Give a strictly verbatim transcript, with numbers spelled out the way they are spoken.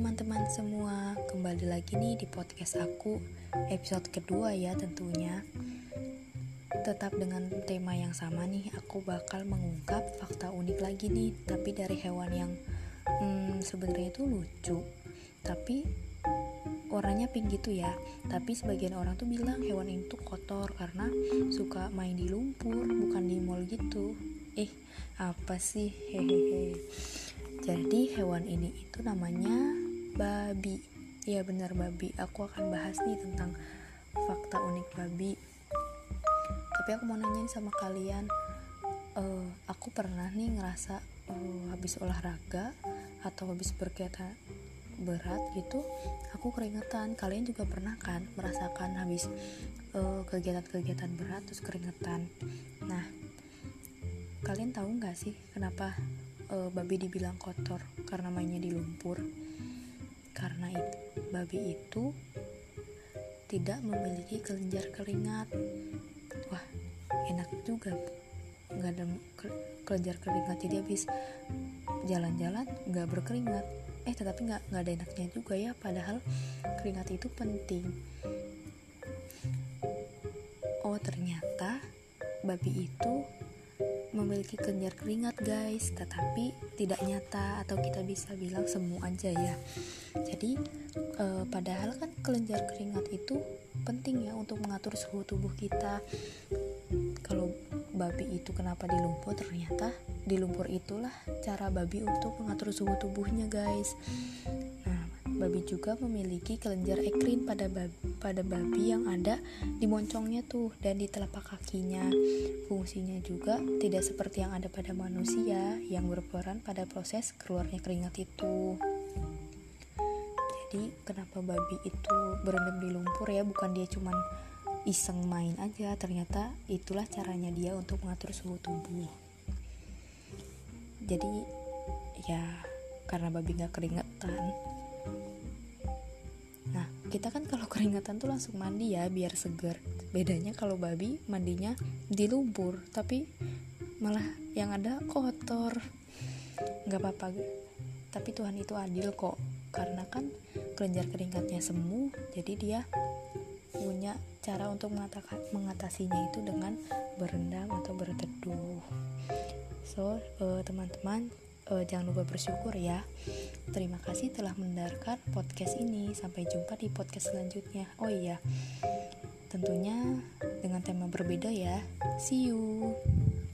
teman-teman semua, kembali lagi nih di podcast aku, episode kedua ya tentunya. Tetap dengan tema yang sama nih, aku bakal mengungkap fakta unik lagi nih, tapi dari hewan yang hmm, sebenarnya itu lucu, tapi warnanya pink gitu ya. Tapi sebagian orang tuh bilang hewan itu kotor karena suka main di lumpur, bukan di mall gitu. Eh, apa sih? Hehehe. Jadi hewan ini itu namanya babi. Iya benar babi. Aku akan bahas nih tentang fakta unik babi. Tapi aku mau nanyain sama kalian, uh, aku pernah nih ngerasa uh, habis olahraga atau habis berkegiatan berat gitu, aku keringetan. Kalian juga pernah kan merasakan habis uh, kegiatan-kegiatan berat terus keringetan. Nah, kalian tahu nggak sih kenapa uh, babi dibilang kotor? Karena mainnya di lumpur. Karena itu, babi itu tidak memiliki kelenjar keringat. Wah, enak juga, nggak ada kelenjar keringat, jadi habis jalan-jalan nggak berkeringat. Eh, tetapi nggak nggak ada enaknya juga ya. Padahal keringat itu penting. Oh, ternyata babi itu memiliki kelenjar keringat guys, tetapi tidak nyata, atau kita bisa bilang semu aja ya. Jadi e, padahal kan kelenjar keringat itu penting ya untuk mengatur suhu tubuh kita. Kalau babi itu kenapa di lumpur? Ternyata di lumpur itulah cara babi untuk mengatur suhu tubuhnya guys. Nah, babi juga memiliki kelenjar ekrin pada babi, pada babi yang ada di moncongnya tuh dan di telapak kakinya. Fungsinya juga tidak seperti yang ada pada manusia yang berperan pada proses keluarnya keringat itu. Jadi kenapa babi itu berendam di lumpur ya? Bukan dia cuman iseng main aja, ternyata itulah caranya dia untuk mengatur suhu tubuh. Jadi ya karena babi gak keringetan. Nah, kita kan kalau keringetan tuh langsung mandi ya biar seger. Bedanya kalau babi mandinya di lumpur, tapi malah yang ada kotor. Gak apa-apa, tapi Tuhan itu adil kok. Karena kan kelenjar keringatnya semu, jadi dia punya cara untuk mengatasinya itu dengan berendam atau berteduh. So, uh, teman-teman, uh, jangan lupa bersyukur ya. Terima kasih telah mendengarkan podcast ini. Sampai jumpa di podcast selanjutnya. Oh iya, tentunya dengan tema berbeda ya. See you.